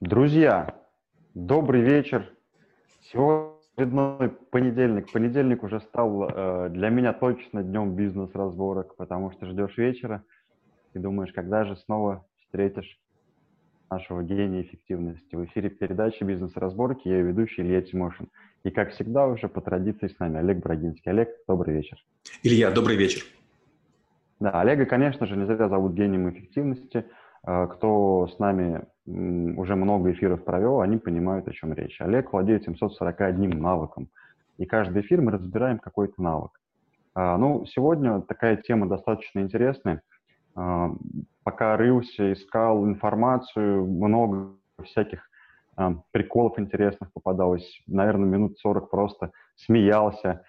Друзья, добрый вечер. Сегодня очередной понедельник. Понедельник уже стал для меня точно днем бизнес-разборок, потому что ждешь вечера и думаешь, когда же снова встретишь нашего гения эффективности. В эфире передачи «Бизнес-разборки», я ее ведущий Илья Тимошин. И, как всегда, уже по традиции с нами Олег Брагинский. Олег, добрый вечер. Илья, добрый вечер. Да, Олега, конечно же, не зря зовут гением эффективности. Кто с нами уже много эфиров провел, они понимают, о чем речь. Олег владеет 741 навыком, и каждый эфир мы разбираем какой-то навык. Ну, сегодня такая тема достаточно интересная. Пока рылся, искал информацию, много всяких приколов интересных попадалось. Наверное, минут 40 просто смеялся.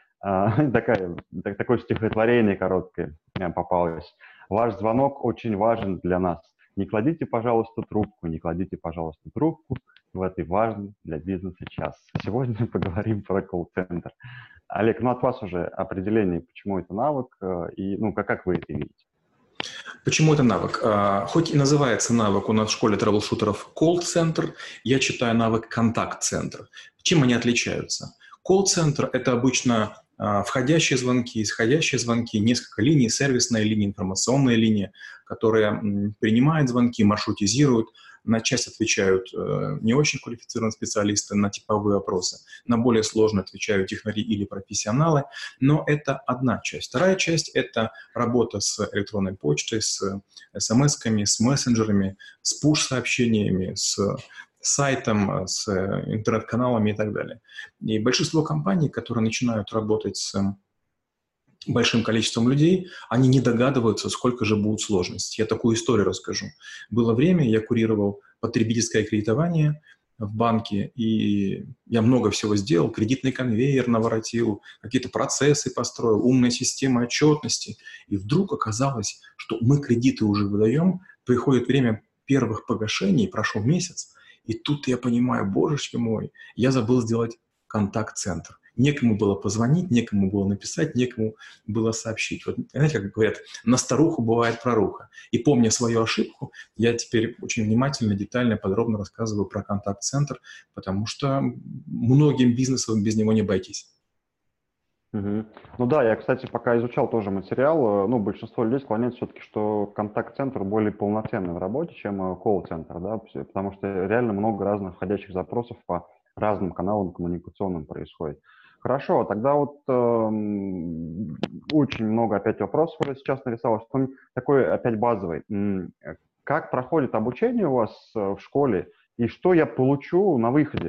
Такое стихотворение короткое попалось. Ваш звонок очень важен для нас. Не кладите, пожалуйста, трубку, не кладите, пожалуйста, трубку в этой важный для бизнеса час. Сегодня поговорим про колл-центр. Олег, от вас уже определение, почему это навык, и как вы это видите? Почему это навык? Хоть и называется навык у нас в школе трэблшутеров колл-центр, я читаю навык контакт-центр. Чем они отличаются? Колл-центр – это обычно входящие звонки, исходящие звонки, несколько линий, сервисная линия, информационная линия, которая принимает звонки, маршрутизирует. На часть отвечают не очень квалифицированные специалисты на типовые вопросы, на более сложные отвечают технари или профессионалы, но это одна часть. Вторая часть – это работа с электронной почтой, с смс-ками, с мессенджерами, с пуш-сообщениями, с сайтом, с интернет-каналами и так далее. И большинство компаний, которые начинают работать с большим количеством людей, они не догадываются, сколько же будут сложностей. Я такую историю расскажу. Было время, я курировал потребительское кредитование в банке, и я много всего сделал, кредитный конвейер наворотил, какие-то процессы построил, умная система отчетности. И вдруг оказалось, что мы кредиты уже выдаем, приходит время первых погашений, прошел месяц, и тут я понимаю, божечки мой, я забыл сделать контакт-центр. Некому было позвонить, некому было написать, некому было сообщить. Вот, знаете, как говорят, на старуху бывает проруха. И помня свою ошибку, я теперь очень внимательно, детально, подробно рассказываю про контакт-центр, потому что многим бизнесам без него не обойтись. Угу. Ну да, я, кстати, пока изучал тоже материал, большинство людей склоняется все-таки, что контакт-центр более полноценный в работе, чем колл-центр, да, потому что реально много разных входящих запросов по разным каналам коммуникационным происходит. Хорошо, тогда очень много опять вопросов уже сейчас нарисовалось. Такой опять базовый. Как проходит обучение у вас в школе и что я получу на выходе?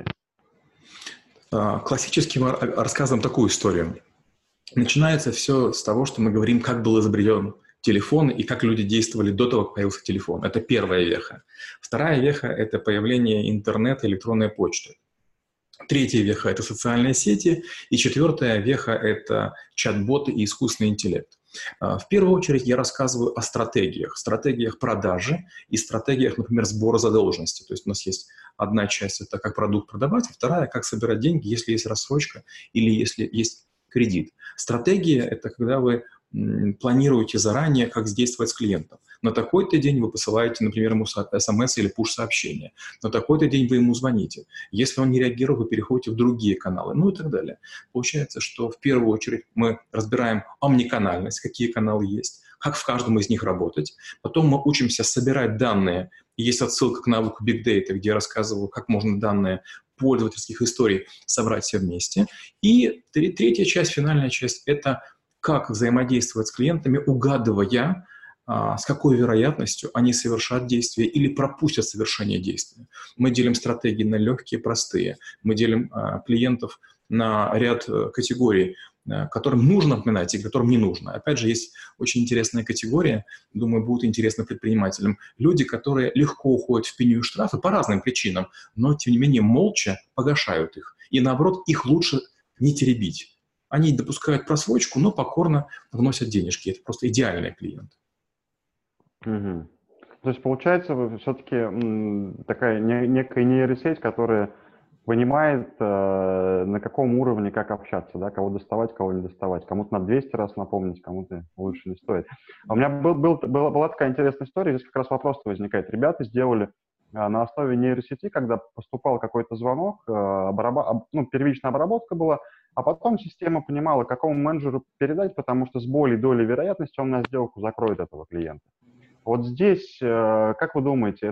Классически мы рассказываем такую историю. Начинается все с того, что мы говорим, как был изобретен телефон и как люди действовали до того, как появился телефон. Это первая веха. Вторая веха – это появление интернета, электронной почты. Третья веха – это социальные сети. И четвертая веха – это чат-боты и искусственный интеллект. В первую очередь я рассказываю о стратегиях. Стратегиях продажи и стратегиях, например, сбора задолженности. То есть у нас есть одна часть – это как продукт продавать, а вторая – как собирать деньги, если есть рассрочка или если есть кредит. Стратегия – это когда вы планируете заранее, как действовать с клиентом. На такой-то день вы посылаете, например, ему смс или пуш-сообщение. На такой-то день вы ему звоните. Если он не реагирует, вы переходите в другие каналы, ну и так далее. Получается, что в первую очередь мы разбираем омниканальность, какие каналы есть, как в каждом из них работать. Потом мы учимся собирать данные. Есть отсылка к навыку Big Data, где я рассказываю, как можно данные пользовательских историй собрать все вместе. И третья часть, финальная часть – это как взаимодействовать с клиентами, угадывая, с какой вероятностью они совершат действие или пропустят совершение действия. Мы делим стратегии на легкие, простые. Мы делим клиентов на ряд категорий, которым нужно напоминать и которым не нужно. Опять же, есть очень интересная категория, думаю, будет интересно предпринимателям. Люди, которые легко уходят в пеню и штрафы по разным причинам, но, тем не менее, молча погашают их. И, наоборот, их лучше не теребить. Они допускают просрочку, но покорно вносят денежки. Это просто идеальный клиент. Угу. То есть, получается, вы все-таки такая некая нейросеть, которая понимает, на каком уровне как общаться, да, кого доставать, кого не доставать. Кому-то надо 200 раз напомнить, кому-то лучше не стоит. А у меня была такая интересная история, здесь как раз вопрос возникает. Ребята сделали на основе нейросети, когда поступал какой-то звонок, первичная обработка была, а потом система понимала, какому менеджеру передать, потому что с более долей вероятности он на сделку закроет этого клиента. Вот здесь, как вы думаете,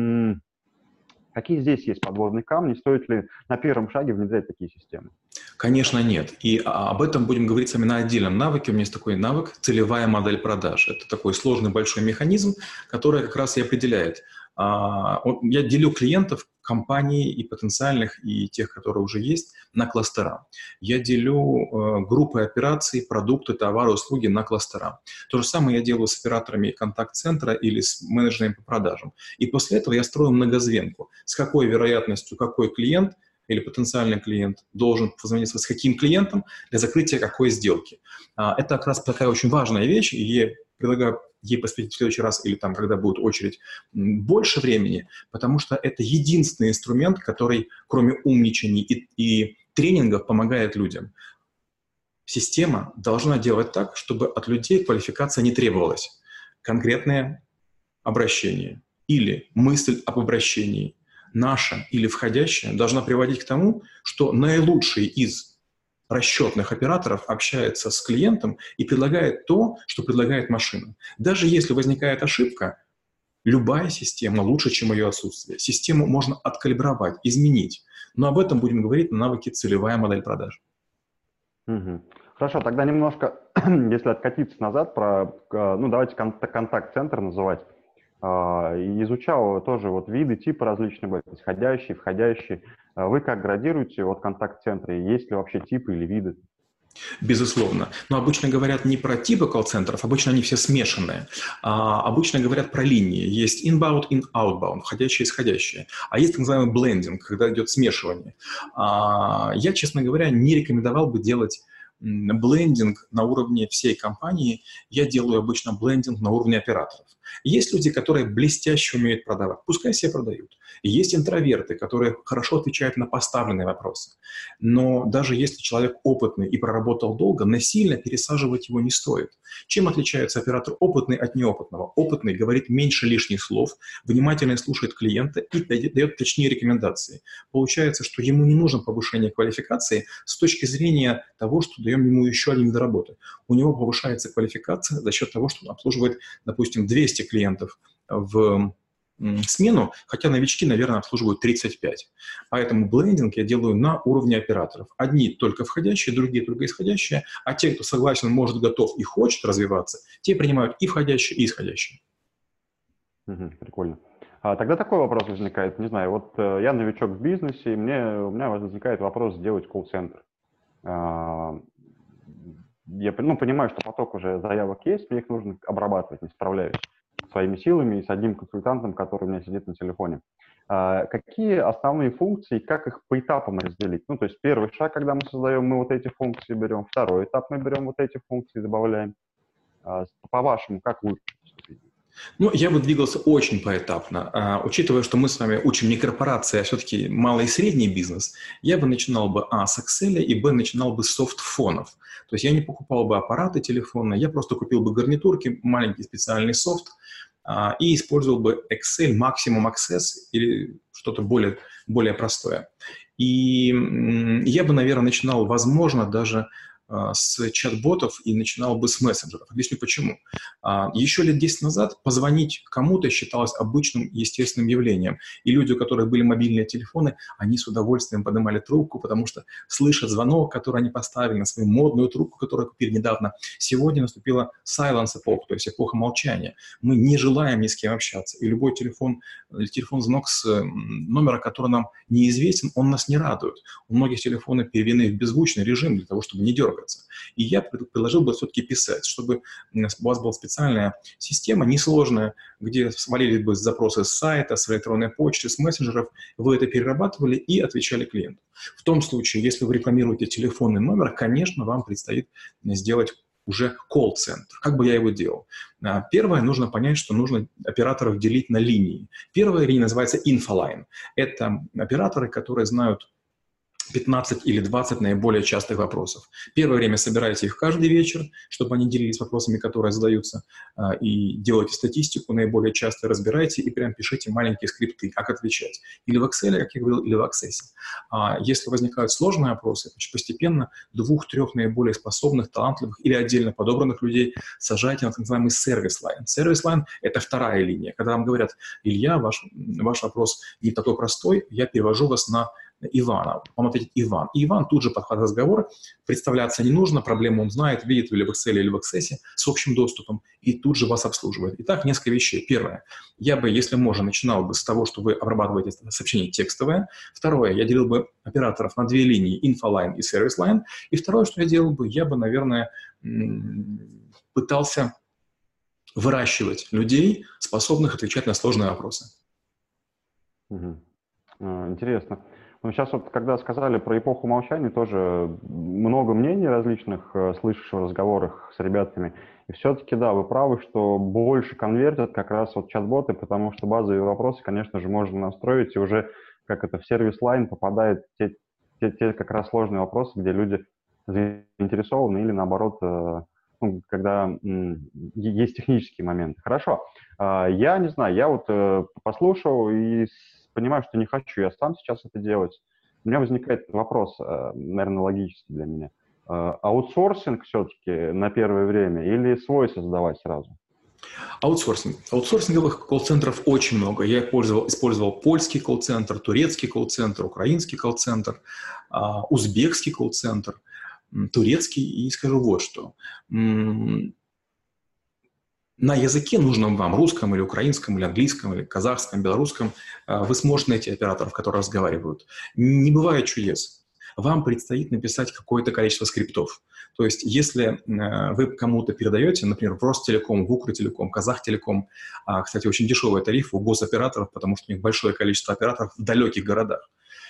какие здесь есть подводные камни? Стоит ли на первом шаге внедрять такие системы? Конечно, нет. И об этом будем говорить с вами на отдельном навыке. У меня есть такой навык — целевая модель продаж. Это такой сложный большой механизм, который как раз и определяет. Я делю клиентов, компаний и потенциальных, и тех, которые уже есть, на кластера. Я делю группы операций, продукты, товары, услуги на кластера. То же самое я делаю с операторами контакт-центра или с менеджерами по продажам. И после этого я строю многозвенку. С какой вероятностью какой клиент или потенциальный клиент должен позвониться с каким клиентом для закрытия какой сделки. Это как раз такая очень важная вещь, и я предлагаю ей посвятить в следующий раз или там, когда будет очередь, больше времени, потому что это единственный инструмент, который, кроме умничаний и тренингов, помогает людям. Система должна делать так, чтобы от людей квалификация не требовалась. Конкретное обращение или мысль об обращении, наша или входящая, должна приводить к тому, что наилучший из расчетных операторов общается с клиентом и предлагает то, что предлагает машина. Даже если возникает ошибка, любая система лучше, чем ее отсутствие. Систему можно откалибровать, изменить. Но об этом будем говорить на навыке «Целевая модель продаж». Угу. Хорошо, тогда немножко, если откатиться назад, давайте контакт-центр называть. Изучал тоже вот виды, типы различные, исходящие, входящие. Вы как градируете вот контакт-центры? Есть ли вообще типы или виды? Безусловно. Но обычно говорят не про типы колл-центров, обычно они все смешанные. Обычно говорят про линии. Есть inbound, outbound, входящие и исходящие. А есть так называемый блендинг, когда идет смешивание. Я, честно говоря, не рекомендовал бы делать блендинг на уровне всей компании. Я делаю обычно блендинг на уровне операторов. Есть люди, которые блестяще умеют продавать, пускай себе продают. Есть интроверты, которые хорошо отвечают на поставленные вопросы. Но даже если человек опытный и проработал долго, насильно пересаживать его не стоит. Чем отличается оператор опытный от неопытного? Опытный говорит меньше лишних слов, внимательно слушает клиента и дает точнее рекомендации. Получается, что ему не нужно повышение квалификации с точки зрения того, что даем ему еще один вид работы. У него повышается квалификация за счет того, что он обслуживает, допустим, 200 клиентов в смену, хотя новички, наверное, обслуживают 35. Поэтому блендинг я делаю на уровне операторов. Одни только входящие, другие только исходящие, а те, кто согласен, может, готов и хочет развиваться, те принимают и входящие, и исходящие. Прикольно. Тогда такой вопрос возникает. Не знаю, вот я новичок в бизнесе, и у меня возникает вопрос сделать колл-центр. Я понимаю, что поток уже заявок есть, мне их нужно обрабатывать, не справляюсь своими силами и с одним консультантом, который у меня сидит на телефоне. Какие основные функции, как их по этапам разделить? То есть первый шаг, когда мы создаем, мы вот эти функции берем, второй этап мы берем вот эти функции, добавляем. По-вашему, как лучше поступить? Я бы двигался очень поэтапно. Учитывая, что мы с вами учим не корпорации, а все-таки малый и средний бизнес, я бы начинал бы с Excel и б начинал бы с софтфонов. То есть я не покупал бы аппараты телефонные, я просто купил бы гарнитурки, маленький специальный софт и использовал бы Excel Maximum Access или что-то более простое. И я бы, наверное, начинал, возможно, даже с чат-ботов и начинал бы с мессенджеров. Объясню почему. Еще лет 10 назад позвонить кому-то считалось обычным, естественным явлением. И люди, у которых были мобильные телефоны, они с удовольствием поднимали трубку, потому что слышат звонок, который они поставили на свою модную трубку, которую купили недавно. Сегодня наступила silence эпоха, то есть эпоха молчания. Мы не желаем ни с кем общаться. И любой телефон-звонок с номера, который нам неизвестен, он нас не радует. У многих телефоны переведены в беззвучный режим для того, чтобы не дергать. И я предложил бы все-таки писать, чтобы у вас была специальная система, несложная, где свалились бы запросы с сайта, с электронной почты, с мессенджеров, вы это перерабатывали и отвечали клиенту. В том случае, если вы рекламируете телефонный номер, конечно, вам предстоит сделать уже колл-центр. Как бы я его делал? Первое, нужно понять, что нужно операторов делить на линии. Первая линия называется инфолайн. Это операторы, которые знают 15 или 20 наиболее частых вопросов. Первое время собирайте их каждый вечер, чтобы они делились вопросами, которые задаются, и делайте статистику наиболее часто, разбирайте и прям пишите маленькие скрипты, как отвечать. Или в Excel, как я говорил, или в Access. Если возникают сложные вопросы, значит, постепенно 2-3 наиболее способных, талантливых или отдельно подобранных людей сажайте на так называемый сервис-лайн. Сервис-лайн – это вторая линия. Когда вам говорят: Илья, ваш вопрос не такой простой, я перевожу вас на Ивана. Он ответит Иван. И Иван тут же подхватывает разговор. Представляться не нужно, проблему он знает, видит или в Excel, или в Access с общим доступом, и тут же вас обслуживает. Итак, несколько вещей. Первое. Я бы, если можно, начинал бы с того, что вы обрабатываете сообщение текстовое. Второе. Я делил бы операторов на 2 линии, инфолайн и сервис-лайн. И второе, что я делал бы, я бы, наверное, пытался выращивать людей, способных отвечать на сложные вопросы. Интересно. Ну, сейчас вот, когда сказали про эпоху молчания, тоже много мнений различных слышишь в разговорах с ребятами. И все-таки, да, вы правы, что больше конвертят как раз вот чат-боты, потому что базовые вопросы, конечно же, можно настроить, и уже как это в сервис-лайн попадают те как раз сложные вопросы, где люди заинтересованы или наоборот, ну, когда есть технические моменты. Хорошо. Я не знаю, я вот послушал и понимаю, что не хочу я сам сейчас это делать. У меня возникает вопрос, наверное, логический для меня. Аутсорсинг все-таки на первое время или свой создавать сразу? Аутсорсинг. Аутсорсинговых колл-центров очень много. Я использовал польский колл-центр, турецкий колл-центр, украинский колл-центр, узбекский колл-центр, турецкий. И скажу вот что. На языке нужном вам, русском или украинском, или английском, или казахском, белорусском, вы сможете найти операторов, которые разговаривают. Не бывает чудес. Вам предстоит написать какое-то количество скриптов. То есть, если вы кому-то передаете, например, в Ростелеком, в Укртелеком, Казахтелеком, кстати, очень дешевые тарифы у госоператоров, потому что у них большое количество операторов в далеких городах,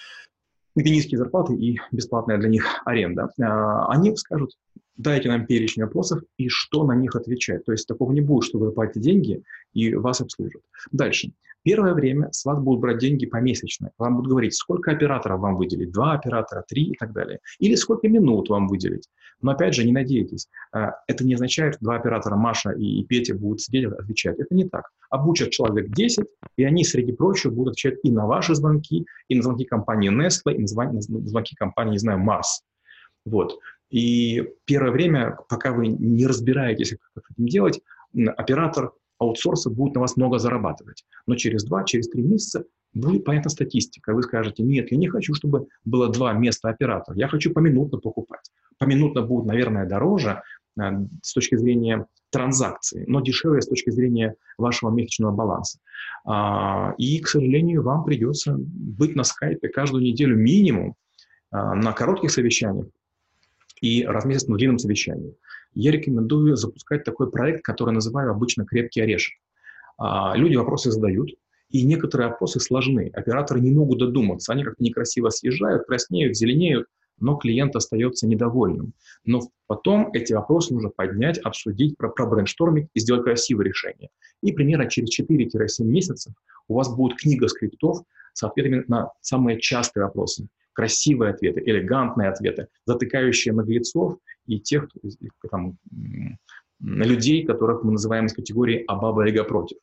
где низкие зарплаты и бесплатная для них аренда, они скажут: дайте нам перечень вопросов и что на них отвечать. То есть такого не будет, что вы платите деньги и вас обслужат. Дальше. Первое время с вас будут брать деньги помесячно. Вам будут говорить, сколько операторов вам выделить, 2 оператора, 3 и так далее. Или сколько минут вам выделить. Но опять же, не надейтесь. Это не означает, что 2 оператора, Маша и Петя, будут сидеть и отвечать. Это не так. Обучат человек 10, и они, среди прочего, будут отвечать и на ваши звонки, и на звонки компании Nestle, и на звонки компании, не знаю, Mars. Вот. И первое время, пока вы не разбираетесь, как этим делать, оператор аутсорса будет на вас много зарабатывать. Но через 2-3 месяца будет понятна статистика. Вы скажете: нет, я не хочу, чтобы было 2 места оператора. Я хочу поминутно покупать. Поминутно будет, наверное, дороже с точки зрения транзакции, но дешевле с точки зрения вашего месячного баланса. И, к сожалению, вам придется быть на скайпе каждую неделю минимум на коротких совещаниях и раз в месяц на длинном совещании. Я рекомендую запускать такой проект, который называю обычно «крепкий орешек». Люди вопросы задают, и некоторые вопросы сложны. Операторы не могут додуматься. Они как-то некрасиво съезжают, краснеют, зеленеют, но клиент остается недовольным. Но потом эти вопросы нужно поднять, обсудить, пробрейнштормить и сделать красивое решение. И примерно через 4-7 месяцев у вас будет книга скриптов с ответами на самые частые вопросы. Красивые ответы, элегантные ответы, затыкающие наглецов и тех там, людей, которых мы называем из категории «а баба Яга против».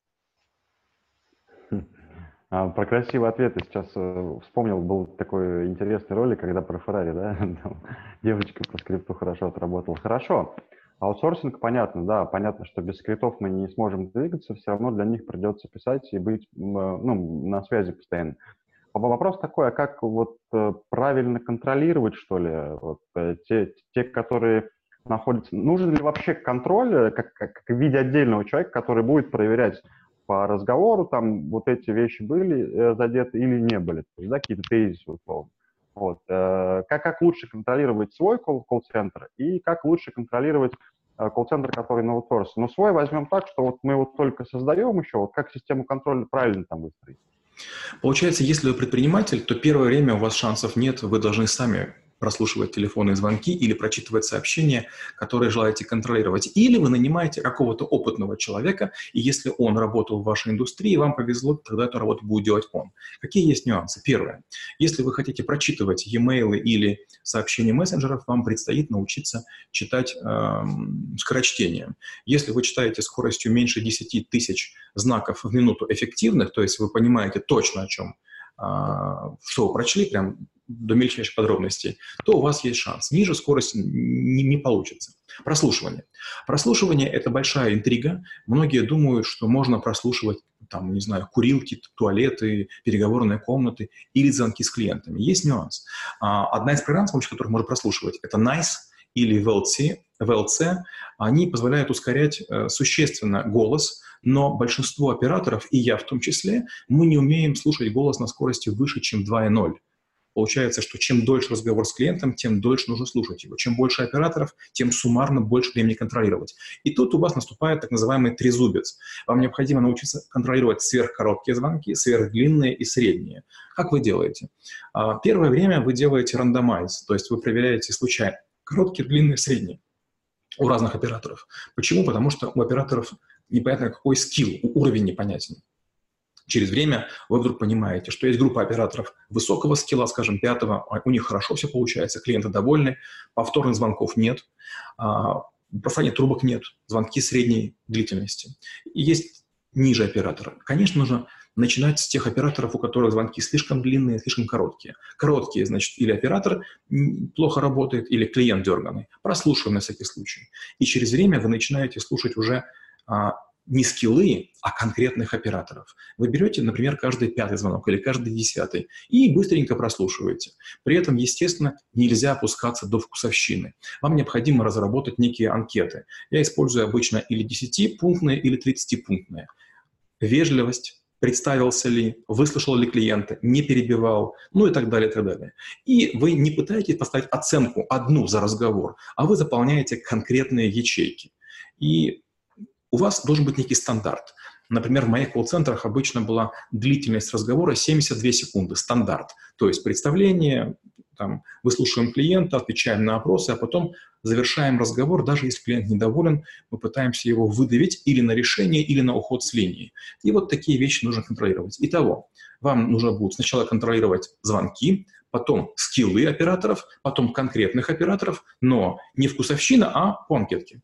Про красивые ответы сейчас вспомнил, был такой интересный ролик, когда про Феррари, да, девочка по скрипту хорошо отработала. Хорошо, аутсорсинг понятно, да, понятно, что без скриптов мы не сможем двигаться, все равно для них придется писать и быть на связи постоянно. Вопрос такой, а как вот правильно контролировать, что ли, вот, те, которые находятся... Нужен ли вообще контроль, как в виде отдельного человека, который будет проверять по разговору, там вот эти вещи были задеты или не были, то есть, да, какие-то тезисы условно. Вот. Как лучше контролировать свой колл-центр и как лучше контролировать колл-центр, который на аутсорсе. Но свой возьмем так, что вот мы его только создаем еще, вот как систему контроля правильно там выстроить. Получается, если вы предприниматель, то первое время у вас шансов нет, вы должны сами прослушивать телефонные звонки или прочитывать сообщения, которые желаете контролировать. Или вы нанимаете какого-то опытного человека, и если он работал в вашей индустрии, вам повезло, тогда эту работу будет делать он. Какие есть нюансы? Первое. Если вы хотите прочитывать e-mail или сообщения мессенджеров, вам предстоит научиться читать скорочтение. Если вы читаете скоростью меньше 10 тысяч знаков в минуту эффективных, то есть вы понимаете точно, о чем, что вы прочли, прям до мельчайших подробностей, то у вас есть шанс. Ниже скорость не получится. Прослушивание. Прослушивание – это большая интрига. Многие думают, что можно прослушивать, там, не знаю, курилки, туалеты, переговорные комнаты или звонки с клиентами. Есть нюанс. Одна из программ, с помощью которых можно прослушивать, это NICE или VLC. Они позволяют ускорять существенно голос, но большинство операторов, и я в том числе, мы не умеем слушать голос на скорости выше, чем 2,0. Получается, что чем дольше разговор с клиентом, тем дольше нужно слушать его. Чем больше операторов, тем суммарно больше времени контролировать. И тут у вас наступает так называемый трезубец. Вам необходимо научиться контролировать сверхкороткие звонки, сверхдлинные и средние. Как вы делаете? Первое время вы делаете рандомайз, то есть вы проверяете случайно короткие, длинные, средние у разных операторов. Почему? Потому что у операторов непонятно какой скилл, уровень непонятен. Через время вы вдруг понимаете, что есть группа операторов высокого скилла, скажем, 5-го, у них хорошо все получается, клиенты довольны, повторных звонков нет, бросания трубок нет, звонки средней длительности. И есть ниже оператора. Конечно, нужно начинать с тех операторов, у которых звонки слишком длинные, слишком короткие. Короткие, значит, или оператор плохо работает, или клиент дерганый. Прослушиваем на всякий случай. И через время вы начинаете слушать уже не скиллы, а конкретных операторов. Вы берете, например, каждый 5-й звонок или каждый 10-й и быстренько прослушиваете. При этом, естественно, нельзя опускаться до вкусовщины. Вам необходимо разработать некие анкеты. Я использую обычно или 10-пунктные, или 30-пунктные. Вежливость, представился ли, выслушал ли клиента, не перебивал, ну и так далее, и так далее. И вы не пытаетесь поставить оценку одну за разговор, а вы заполняете конкретные ячейки. И у вас должен быть некий стандарт. Например, в моих колл-центрах обычно была длительность разговора 72 секунды, стандарт. То есть представление, там, выслушиваем клиента, отвечаем на опросы, а потом завершаем разговор. Даже если клиент недоволен, мы пытаемся его выдавить или на решение, или на уход с линии. И вот такие вещи нужно контролировать. Итого, вам нужно будет сначала контролировать звонки, потом скиллы операторов, потом конкретных операторов, но не вкусовщина, а по анкетке.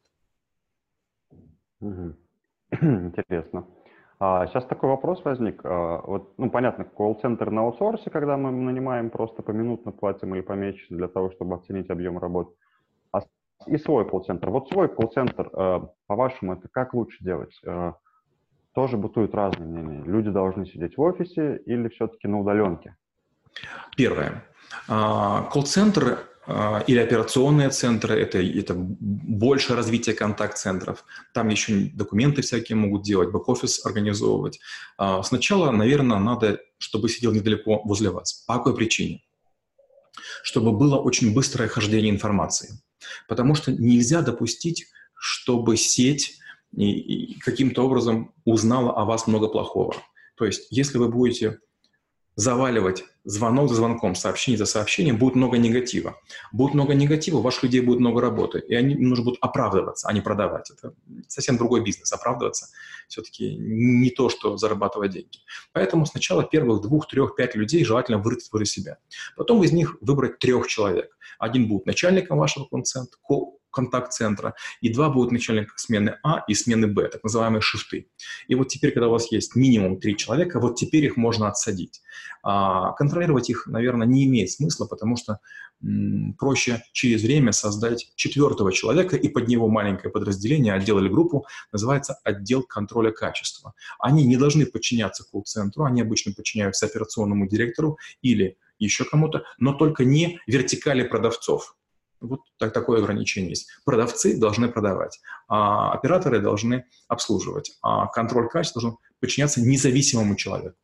Интересно. Сейчас такой вопрос возник. Понятно, колл-центр на аутсорсе, когда мы нанимаем, просто поминутно платим или помесячно для того, чтобы оценить объем работы. И свой колл-центр. Вот свой колл-центр, по-вашему, это как лучше делать? Тоже бытуют разные мнения. Люди должны сидеть в офисе или все-таки на удаленке? Первое. Колл-центр или операционные центры, это больше развитие контакт-центров. Там еще документы всякие могут делать, бэк-офис организовывать. Сначала, наверное, надо, чтобы сидел недалеко возле вас. По какой причине? Чтобы было очень быстрое хождение информации. Потому что нельзя допустить, чтобы сеть каким-то образом узнала о вас много плохого. То есть, если вы будете заваливать звонок за звонком, сообщение за сообщением, будет много негатива. Будет много негатива, у ваших людей будет много работы, и им нужно будет оправдываться, а не продавать. Это совсем другой бизнес. Оправдываться все-таки не то, что зарабатывать деньги. Поэтому сначала первых 2, 3, 5 людей желательно вырастить возле себя. Потом из них выбрать 3 человек. Один будет начальником вашего контакт-центра, и 2 будут начальника смены А и смены Б, так называемые шифты. И вот теперь, когда у вас есть минимум 3 человека, вот теперь их можно отсадить. Контролировать их, наверное, не имеет смысла, потому что проще через время создать 4-го человека и под него маленькое подразделение, отдел или группу, называется отдел контроля качества. Они не должны подчиняться колл-центру, они обычно подчиняются операционному директору или еще кому-то, но только не вертикали продавцов. Вот такое ограничение есть. Продавцы должны продавать, а операторы должны обслуживать, а контроль качества должен подчиняться независимому человеку.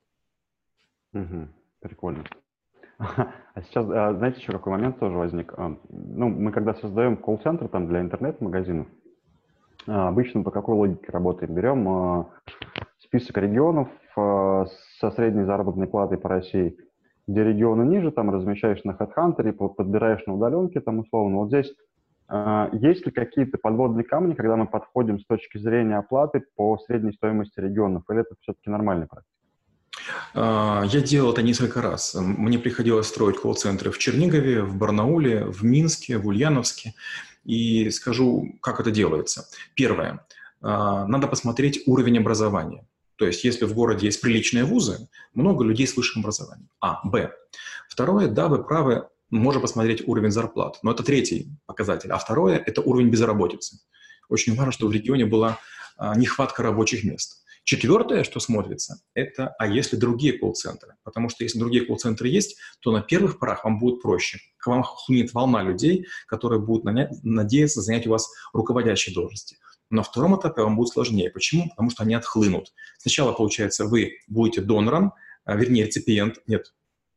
Прикольно. А сейчас, знаете, еще какой момент тоже возник? Мы когда создаем колл-центр там, для интернет-магазинов, обычно по какой логике работаем? Берем список регионов со средней заработной платой по России, где регионы ниже, там размещаешь на HeadHunter, подбираешь на удаленке, там условно. Вот здесь есть ли какие-то подводные камни, когда мы подходим с точки зрения оплаты по средней стоимости регионов, или это все-таки нормальная практика? Я делал это несколько раз. Мне приходилось строить колл-центры в Чернигове, в Барнауле, в Минске, в Ульяновске. И скажу, как это делается. Первое. Надо посмотреть уровень образования. То есть, если в городе есть приличные вузы, много людей с высшим образованием. А. Б. Второе. Да, вы правы, можно посмотреть уровень зарплат. Но это третий показатель. А второе – это уровень безработицы. Очень важно, чтобы в регионе была нехватка рабочих мест. Четвертое, что смотрится, это, а если другие колл-центры? Потому что если другие колл-центры есть, то на первых порах вам будет проще. К вам хлынет волна людей, которые будут надеяться занять у вас руководящие должности. На втором этапе вам будет сложнее. Почему? Потому что они отхлынут. Сначала, получается, вы будете донором, вернее, реципиент. Нет.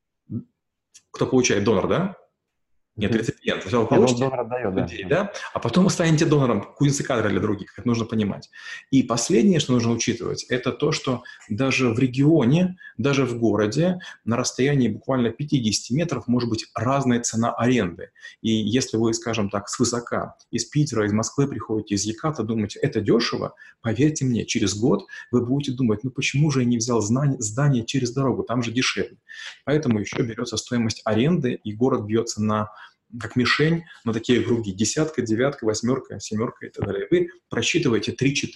Кто получает? Донор, да? Нет, реципиент. Сначала получите людей, да? А потом вы станете донором, кузницы кадра для других. Это нужно понимать. И последнее, что нужно учитывать, это то, что даже в регионе, даже в городе на расстоянии буквально 50 метров может быть разная цена аренды. И если вы, скажем так, свысока из Питера, из Москвы приходите, из Еката, думаете, это дешево, поверьте мне, через год вы будете думать, ну почему же я не взял здание через дорогу, там же дешевле. Поэтому еще берется стоимость аренды, и город бьется как мишень на такие круги. Десятка, девятка, восьмерка, семерка и так далее. Вы просчитываете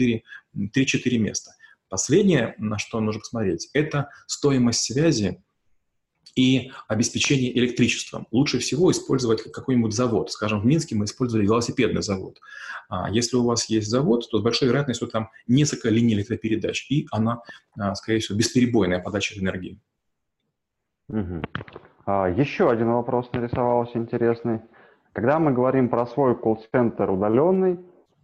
3-4 места. Последнее, на что нужно посмотреть, это стоимость связи и обеспечение электричеством. Лучше всего использовать какой-нибудь завод. Скажем, в Минске мы использовали велосипедный завод. Если у вас есть завод, то с большой вероятностью там несколько линий электропередач, и она, скорее всего, бесперебойная подача энергии. Угу. Еще один вопрос нарисовался интересный. Когда мы говорим про свой колл-центр удаленный,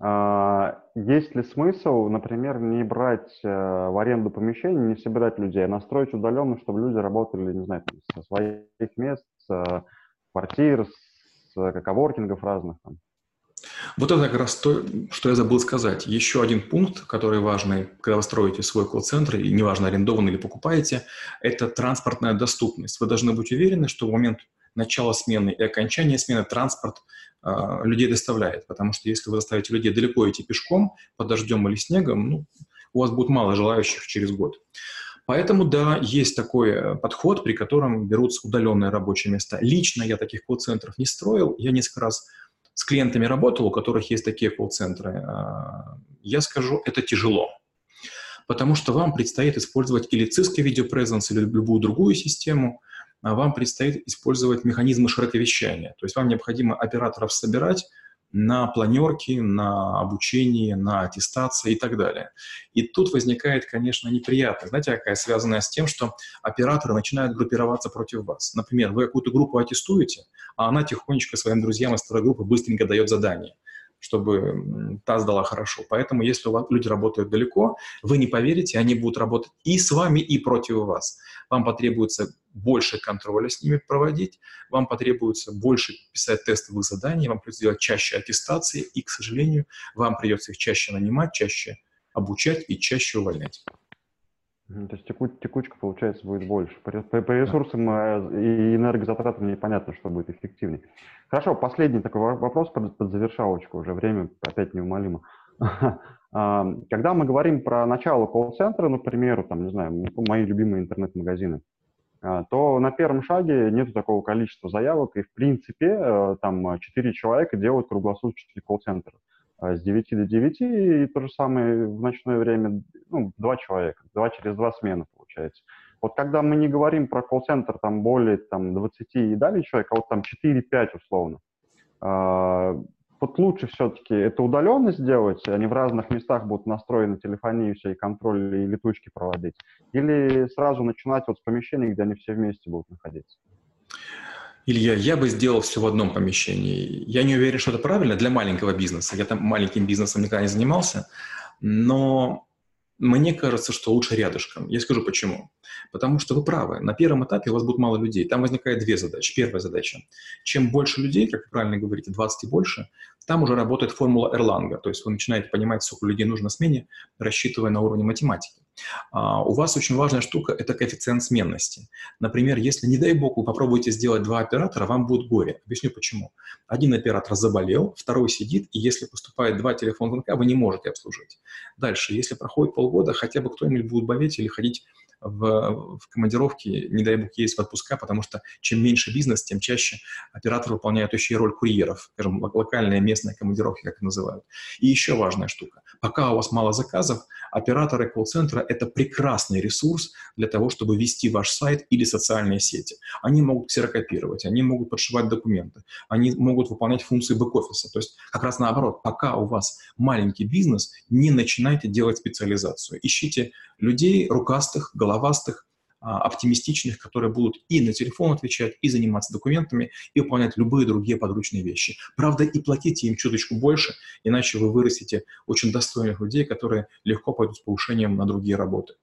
есть ли смысл, например, не брать в аренду помещений, не собирать людей, а настроить удаленно, чтобы люди работали, не знаю, со своих мест, с квартир, с коворкингов разных там? Вот это как раз то, что я забыл сказать. Еще один пункт, который важный, когда вы строите свой колл-центр, и неважно, арендованный или покупаете, это транспортная доступность. Вы должны быть уверены, что в момент начала смены и окончания смены транспорт людей доставляет. Потому что если вы заставите людей далеко идти пешком, под дождем или снегом, у вас будет мало желающих через год. Поэтому, да, есть такой подход, при котором берутся удаленные рабочие места. Лично я таких колл-центров не строил. Я несколько раз с клиентами работал, у которых есть такие колл-центры. Я скажу, это тяжело. Потому что вам предстоит использовать или Cisco Video Presence, или любую другую систему, а вам предстоит использовать механизмы широковещания. То есть вам необходимо операторов собирать на планерки, на обучение, на аттестации и так далее. И тут возникает, конечно, неприятность. Знаете, какая связанная с тем, что операторы начинают группироваться против вас. Например, вы какую-то группу аттестуете, а она тихонечко своим друзьям из второй группы быстренько дает задание, чтобы та сдала хорошо. Поэтому, если у вас люди работают далеко, вы не поверите, они будут работать и с вами, и против вас. Вам потребуется больше контроля с ними проводить, вам потребуется больше писать тестовых заданий, вам придется делать чаще аттестации, и, к сожалению, вам придется их чаще нанимать, чаще обучать и чаще увольнять. То есть текучка, получается, будет больше. По ресурсам и энергозатратам непонятно, что будет эффективнее. Хорошо, последний такой вопрос под завершалочку, уже время опять неумолимо. Когда мы говорим про начало колл-центра, например, там, не знаю, мои любимые интернет-магазины, то на первом шаге нет такого количества заявок, и в принципе там 4 человека делают круглосуточный колл-центр с 9 до 9, и то же самое в ночное время, 2 человека, 2 через 2 смены получается. Вот когда мы не говорим про колл-центр там более 20 и далее человек, а вот там 4-5 условно, вот лучше все-таки это удаленно сделать, они в разных местах будут настроены телефонию, все, и контроль, и летучки проводить, или сразу начинать вот с помещений, где они все вместе будут находиться? Илья, я бы сделал все в одном помещении. Я не уверен, что это правильно для маленького бизнеса. Я там маленьким бизнесом никогда не занимался, но мне кажется, что лучше рядышком. Я скажу почему. Потому что вы правы. На первом этапе у вас будет мало людей. Там возникает 2 задачи. Первая задача. Чем больше людей, как вы правильно говорите, 20 и больше, там уже работает формула Эрланга. То есть вы начинаете понимать, сколько людей нужно на смене, рассчитывая на уровне математики. У вас очень важная штука – это коэффициент сменности. Например, если, не дай бог, вы попробуете сделать 2 оператора, вам будет горе. Объясню почему. Один оператор заболел, второй сидит, и если поступает 2 телефонных звонка, вы не можете обслужить. Дальше, если проходит полгода, хотя бы кто-нибудь будет болеть или ходить в командировки, не дай бог, есть в отпуска, потому что чем меньше бизнес, тем чаще операторы выполняют еще и роль курьеров, скажем, локальные местные командировки, как их называют. И еще важная штука. Пока у вас мало заказов, операторы колл-центра – это прекрасный ресурс для того, чтобы вести ваш сайт или социальные сети. Они могут ксерокопировать, они могут подшивать документы, они могут выполнять функции бэк-офиса. То есть как раз наоборот, пока у вас маленький бизнес, не начинайте делать специализацию. Ищите людей рукастых, головастых, оптимистичных, которые будут и на телефон отвечать, и заниматься документами, и выполнять любые другие подручные вещи. Правда, и платите им чуточку больше, иначе вы вырастите очень достойных людей, которые легко пойдут с повышением на другие работы.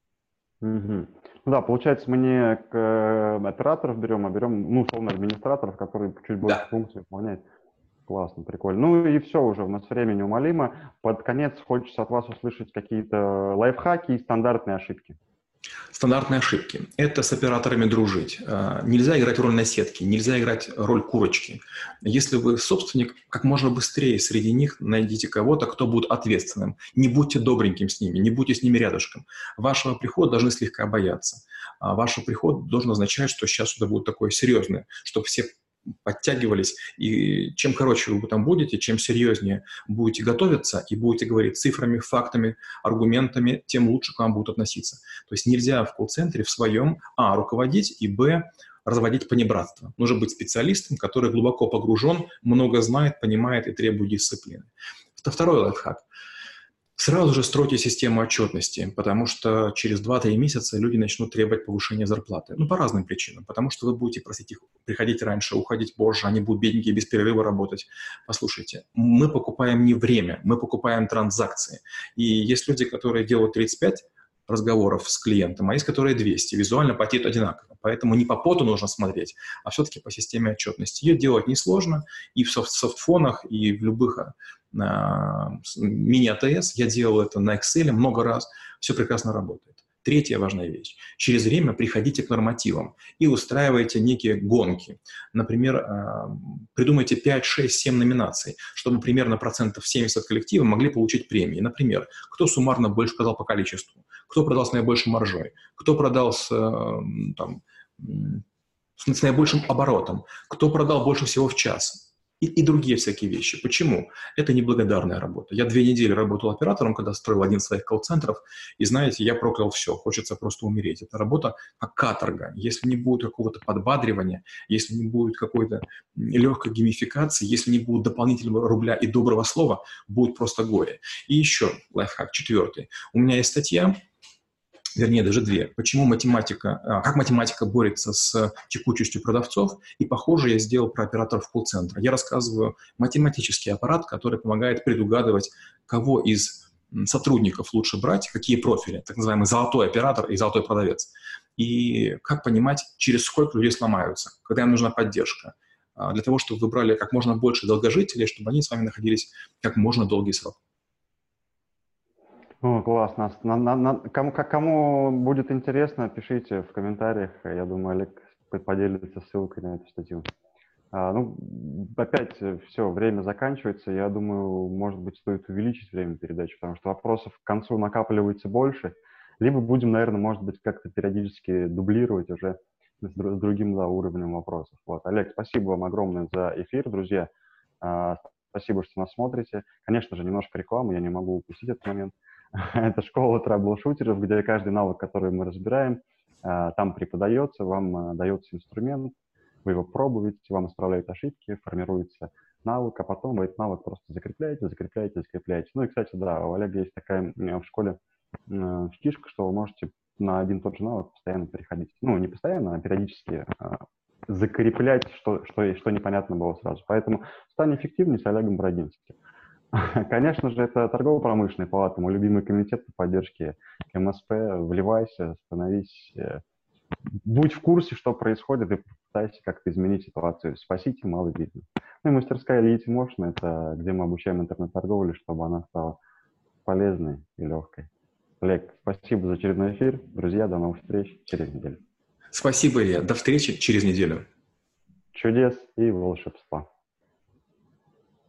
Мгм. Ну да, получается, мы не операторов берем, а берем, ну, условно, администраторов, которые чуть больше Да. функций выполняют. Классно, прикольно. Ну и все уже, у нас время неумолимо. Под конец хочется от вас услышать какие-то лайфхаки и стандартные ошибки. Стандартные ошибки. Это с операторами дружить. Нельзя играть роль наседки, нельзя играть роль курочки. Если вы собственник, как можно быстрее среди них найдите кого-то, кто будет ответственным. Не будьте добреньким с ними, не будьте с ними рядышком. Вашего прихода должны слегка бояться. Ваш приход должен означать, что сейчас сюда будет такое серьезное, чтобы все подтягивались, и чем короче вы там будете, чем серьезнее будете готовиться и будете говорить цифрами, фактами, аргументами, тем лучше к вам будут относиться. То есть нельзя в колл-центре в своем руководить и разводить понебратство. Нужно быть специалистом, который глубоко погружен, много знает, понимает и требует дисциплины. Это второй лайфхак. Сразу же стройте систему отчетности, потому что через 2-3 месяца люди начнут требовать повышения зарплаты. Ну, по разным причинам. Потому что вы будете просить их приходить раньше, уходить позже, они будут бедненькие, без перерыва работать. Послушайте, мы покупаем не время, мы покупаем транзакции. И есть люди, которые делают 35 разговоров с клиентом, а есть, которые 200. Визуально потеют одинаково. Поэтому не по поту нужно смотреть, а все-таки по системе отчетности. Ее делать несложно и в софтфонах, и в любых мини-АТС. Я делал это на Excel много раз. Все прекрасно работает. Третья важная вещь. Через время приходите к нормативам и устраивайте некие гонки. Например, придумайте 5, 6, 7 номинаций, чтобы примерно процентов 70 коллектива могли получить премии. Например, кто суммарно больше продал по количеству, кто продал с наибольшей маржой, кто продал с наибольшим оборотом, кто продал больше всего в час. И другие всякие вещи. Почему? Это неблагодарная работа. Я 2 недели работал оператором, когда строил один из своих колл-центров, и, знаете, я проклял все, хочется просто умереть. Это работа как каторга. Если не будет какого-то подбадривания, если не будет какой-то легкой геймификации, если не будет дополнительного рубля и доброго слова, будет просто горе. И еще лайфхак, 4. У меня есть статья, вернее, даже 2. Как математика борется с текучестью продавцов. И, похоже, я сделал про операторов колл-центра. Я рассказываю математический аппарат, который помогает предугадывать, кого из сотрудников лучше брать, какие профили, так называемый золотой оператор и золотой продавец. И как понимать, через сколько людей сломаются, когда им нужна поддержка. Для того, чтобы вы брали как можно больше долгожителей, чтобы они с вами находились как можно долгий срок. О, классно. Кому будет интересно, пишите в комментариях. Я думаю, Олег поделится ссылкой на эту статью. Опять все, время заканчивается. Я думаю, может быть, стоит увеличить время передачи, потому что вопросов к концу накапливается больше. Либо будем, наверное, может быть, как-то периодически дублировать уже с другим уровнем вопросов. Вот. Олег, спасибо вам огромное за эфир, друзья. Спасибо, что нас смотрите. Конечно же, немножко рекламы, я не могу упустить этот момент. Это школа трэбл-шутеров, где каждый навык, который мы разбираем, там преподается, вам дается инструмент, вы его пробуете, вам исправляют ошибки, формируется навык, а потом вы этот навык просто закрепляете. Ну и, кстати, да, у Олега есть такая в школе фишка, что вы можете на один и тот же навык постоянно переходить. Ну, не постоянно, а периодически закреплять, что непонятно было сразу. Поэтому стань эффективнее с Олегом Брагинским. Конечно же, это торгово-промышленная палата, мой любимый комитет по поддержке МСП. Вливайся, становись, будь в курсе, что происходит, и пытайся как-то изменить ситуацию. Спасите малый бизнес. Ну и мастерская Elite Motion – это где мы обучаем интернет-торговле, чтобы она стала полезной и легкой. Олег, спасибо за очередной эфир. Друзья, до новых встреч через неделю. Спасибо, Илья. До встречи через неделю. Чудес и волшебства.